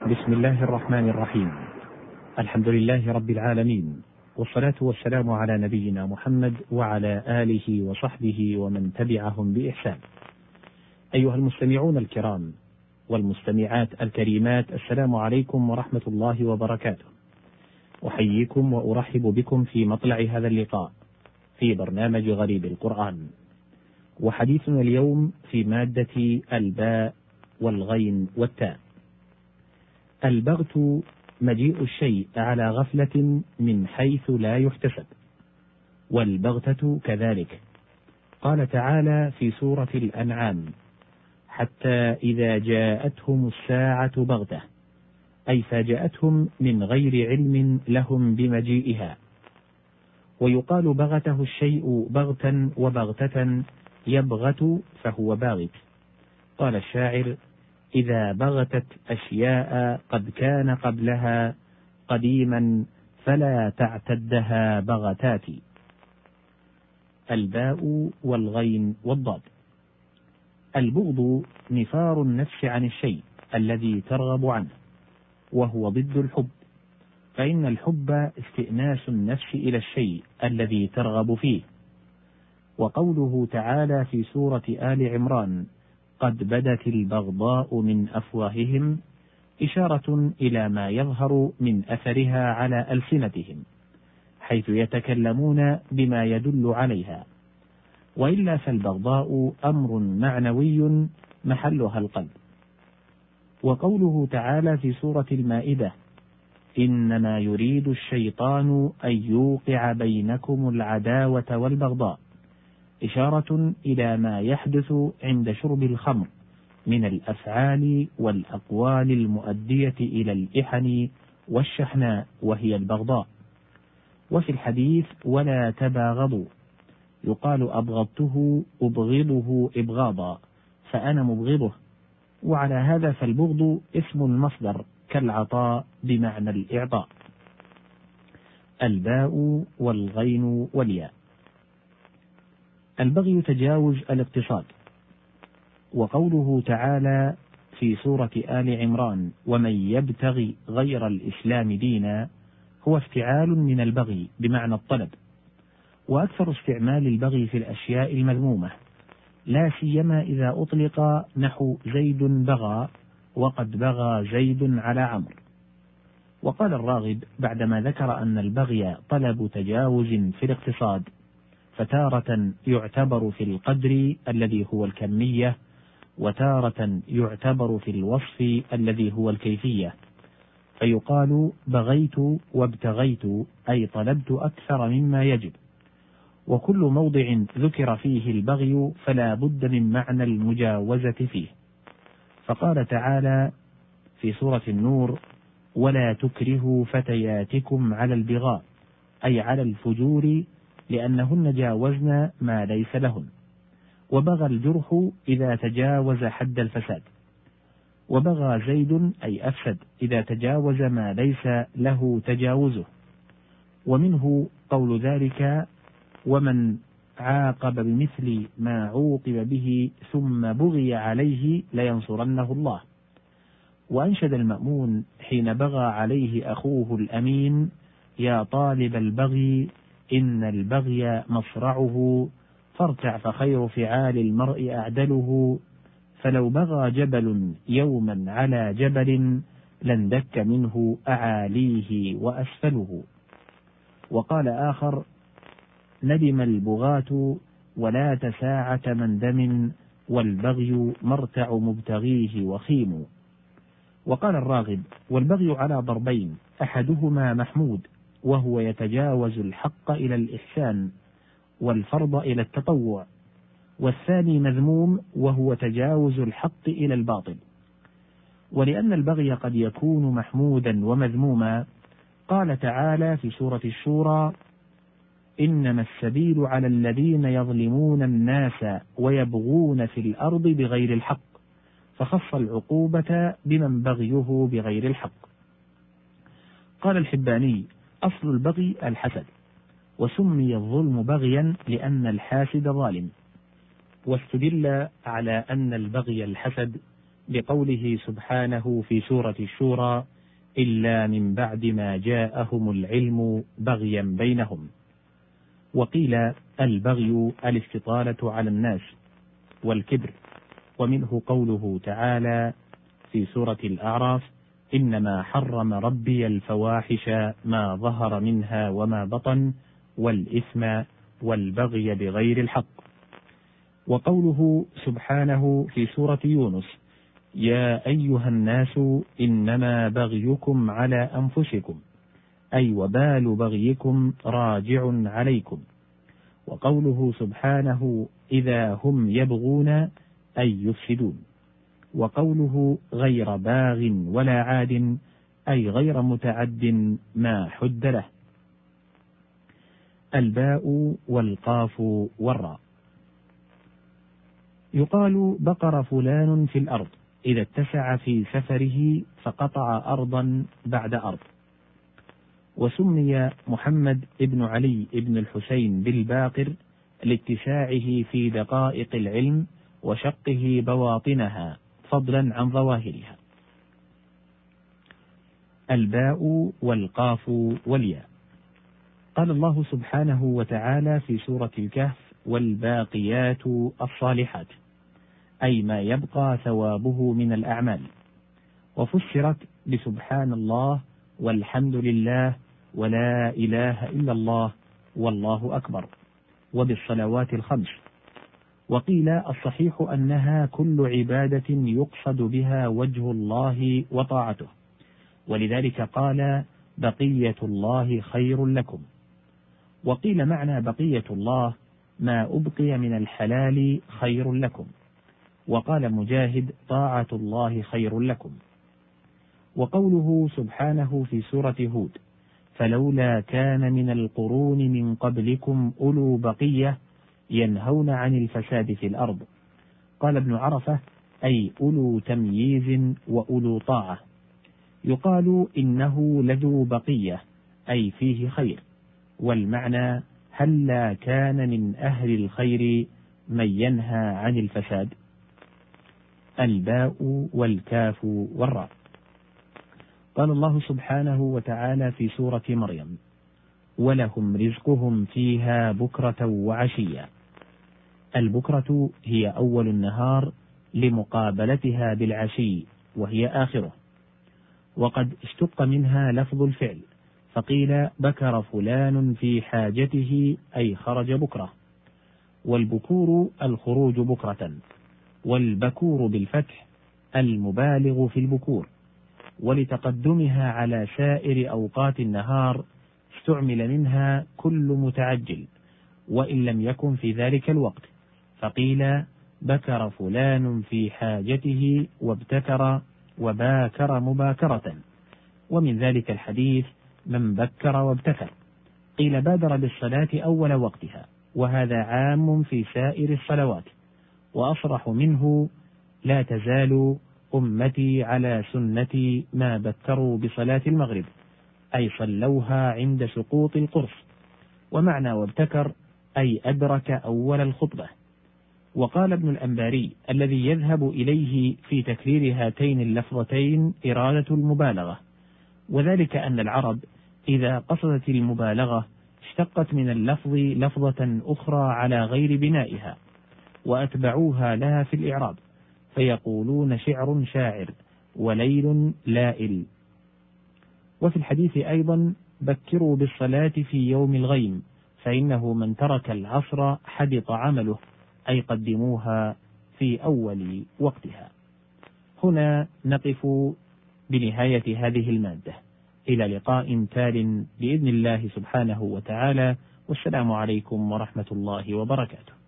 بسم الله الرحمن الرحيم. الحمد لله رب العالمين، والصلاة والسلام على نبينا محمد وعلى آله وصحبه ومن تبعهم بإحسان. أيها المستمعون الكرام والمستمعات الكريمات، السلام عليكم ورحمة الله وبركاته. أحييكم وأرحب بكم في مطلع هذا اللقاء في برنامج غريب القرآن، وحديثنا اليوم في مادة الباء والغين والتاء. البغت مجيء الشيء على غفلة من حيث لا يحتسب، والبغتة كذلك. قال تعالى في سورة الأنعام: حتى إذا جاءتهم الساعة بغتة، أي فاجأتهم من غير علم لهم بمجيئها. ويقال بغته الشيء بغتا وبغتة، يبغت فهو باغت. قال الشاعر: إذا بغتت أشياء قد كان قبلها قديما، فلا تعتدها بغتات. الباء والغين والضاد. البغض نفار النفس عن الشيء الذي ترغب عنه، وهو ضد الحب، فإن الحب استئناس النفس إلى الشيء الذي ترغب فيه. وقوله تعالى في سورة آل عمران: قد بدت البغضاء من أفواههم، إشارة إلى ما يظهر من أثرها على ألسنتهم، حيث يتكلمون بما يدل عليها، وإلا فالبغضاء أمر معنوي محلها القلب. وقوله تعالى في سورة المائدة: إنما يريد الشيطان أن يوقع بينكم العداوة والبغضاء، إشارة إلى ما يحدث عند شرب الخمر من الأفعال والأقوال المؤدية إلى الإحن والشحناء، وهي البغضاء. وفي الحديث: ولا تباغضوا، يقال أبغضته أبغضه إبغاضا، فأنا مبغضه. وعلى هذا فالبغض اسم المصدر كالعطاء بمعنى الإعطاء. الباء والغين والياء. البغي تجاوز الاقتصاد. وقوله تعالى في سورة آل عمران: ومن يبتغي غير الإسلام دينا، هو افتعال من البغي بمعنى الطلب، وأكثر استعمال البغي في الأشياء المذمومة، لا سيما إذا أطلق نحو زيد بغى، وقد بغى زيد على عمرو. وقال الراغب بعدما ذكر أن البغي طلب تجاوز في الاقتصاد: فتارة يعتبر في القدر الذي هو الكمية، وتارة يعتبر في الوصف الذي هو الكيفية، فيقال بغيت وابتغيت، أي طلبت أكثر مما يجب. وكل موضع ذكر فيه البغي فلا بد من معنى المجاوزة فيه. فقال تعالى في سورة النور: ولا تكرهوا فتياتكم على البغاء، أي على الفجور، لأنهن جاوزن ما ليس لهن. وبغى الجرح إذا تجاوز حد الفساد. وبغى زيد أي أفسد إذا تجاوز ما ليس له تجاوزه. ومنه قول ذلك: ومن عاقب بمثل ما عوقب به ثم بغي عليه لينصرنه الله. وأنشد المأمون حين بغى عليه أخوه الأمين: يا طالب البغي إن البغي مصرعه، فارتع فخير فعال المرء أعدله، فلو بغى جبل يوما على جبل، لاندك منه أعاليه وأسفله. وقال آخر: ندم البغاة ولا تساعة مندم، والبغي مرتع مبتغيه وخيم. وقال الراغب: والبغي على ضربين، أحدهما محمود وهو يتجاوز الحق إلى الإحسان والفرض إلى التطوع، والثاني مذموم وهو تجاوز الحق إلى الباطل. ولأن البغي قد يكون محمودا ومذموما، قال تعالى في سورة الشورى: إنما السبيل على الذين يظلمون الناس ويبغون في الأرض بغير الحق، فخص العقوبة بمن بغيه بغير الحق. قال الحباني: أصل البغي الحسد، وسمي الظلم بغيا لأن الحاسد ظالم. واستدل على أن البغي الحسد لقوله سبحانه في سورة الشورى: إلا من بعد ما جاءهم العلم بغيا بينهم. وقيل البغي الاستطالة على الناس والكبر، ومنه قوله تعالى في سورة الأعراف: إنما حرم ربي الفواحش ما ظهر منها وما بطن والإثم والبغي بغير الحق. وقوله سبحانه في سورة يونس: يا أيها الناس إنما بغيكم على أنفسكم، أي وبال بغيكم راجع عليكم. وقوله سبحانه: إذا هم يبغون أي يفسدون. وقوله غير باغ ولا عاد، أي غير متعد ما حد له. الباء والقاف والراء. يقال بقر فلان في الأرض إذا اتسع في سفره فقطع أرضا بعد أرض. وسمي محمد بن علي بن الحسين بالباقر لاتساعه في دقائق العلم وشقه بواطنها فضلا عن ظواهرها. الباء والقاف والياء. قال الله سبحانه وتعالى في سورة الكهف: والباقيات الصالحات، أي ما يبقى ثوابه من الأعمال. وفسرت بسبحان الله والحمد لله ولا إله إلا الله والله أكبر، وبالصلوات الخمس. وقيل الصحيح أنها كل عبادة يقصد بها وجه الله وطاعته، ولذلك قال: بقية الله خير لكم. وقيل معنى بقية الله ما أبقي من الحلال خير لكم. وقال مجاهد: طاعة الله خير لكم. وقوله سبحانه في سورة هود: فلولا كان من القرون من قبلكم أولو بقية ينهون عن الفساد في الأرض. قال ابن عرفة: أي أولو تمييز وأولو طاعة. يقال إنه لذو بقية، أي فيه خير. والمعنى: هلا كان من أهل الخير من ينهى عن الفساد. الباء والكاف والراء. قال الله سبحانه وتعالى في سورة مريم: ولهم رزقهم فيها بكرة وعشيا. البكرة هي أول النهار لمقابلتها بالعشي وهي آخره. وقد اشتق منها لفظ الفعل، فقيل بكر فلان في حاجته، أي خرج بكرة. والبكور الخروج بكرة، والبكور بالفتح المبالغ في البكور. ولتقدمها على سائر أوقات النهار استعمل منها كل متعجل وإن لم يكن في ذلك الوقت، فقيل بكر فلان في حاجته وابتكر وباكر مباكرة. ومن ذلك الحديث: من بكر وابتكر. قيل بادر بالصلاة أول وقتها، وهذا عام في سائر الصلوات. وأصرح منه: لا تزال أمتي على سنتي ما بكروا بصلاة المغرب، أي صلوها عند سقوط القرص. ومعنى وابتكر أي أدرك أول الخطبة. وقال ابن الأنباري: الذي يذهب إليه في تكرير هاتين اللفظتين إرادة المبالغة، وذلك أن العرب إذا قصدت المبالغة اشتقت من اللفظ لفظة أخرى على غير بنائها وأتبعوها لها في الإعراب، فيقولون شعر شاعر وليل لائل. وفي الحديث أيضا: بكروا بالصلاة في يوم الغيم فإنه من ترك العصر حبط عمله، أي قدموها في أول وقتها. هنا نقف بنهاية هذه المادة، إلى لقاء تال بإذن الله سبحانه وتعالى، والسلام عليكم ورحمة الله وبركاته.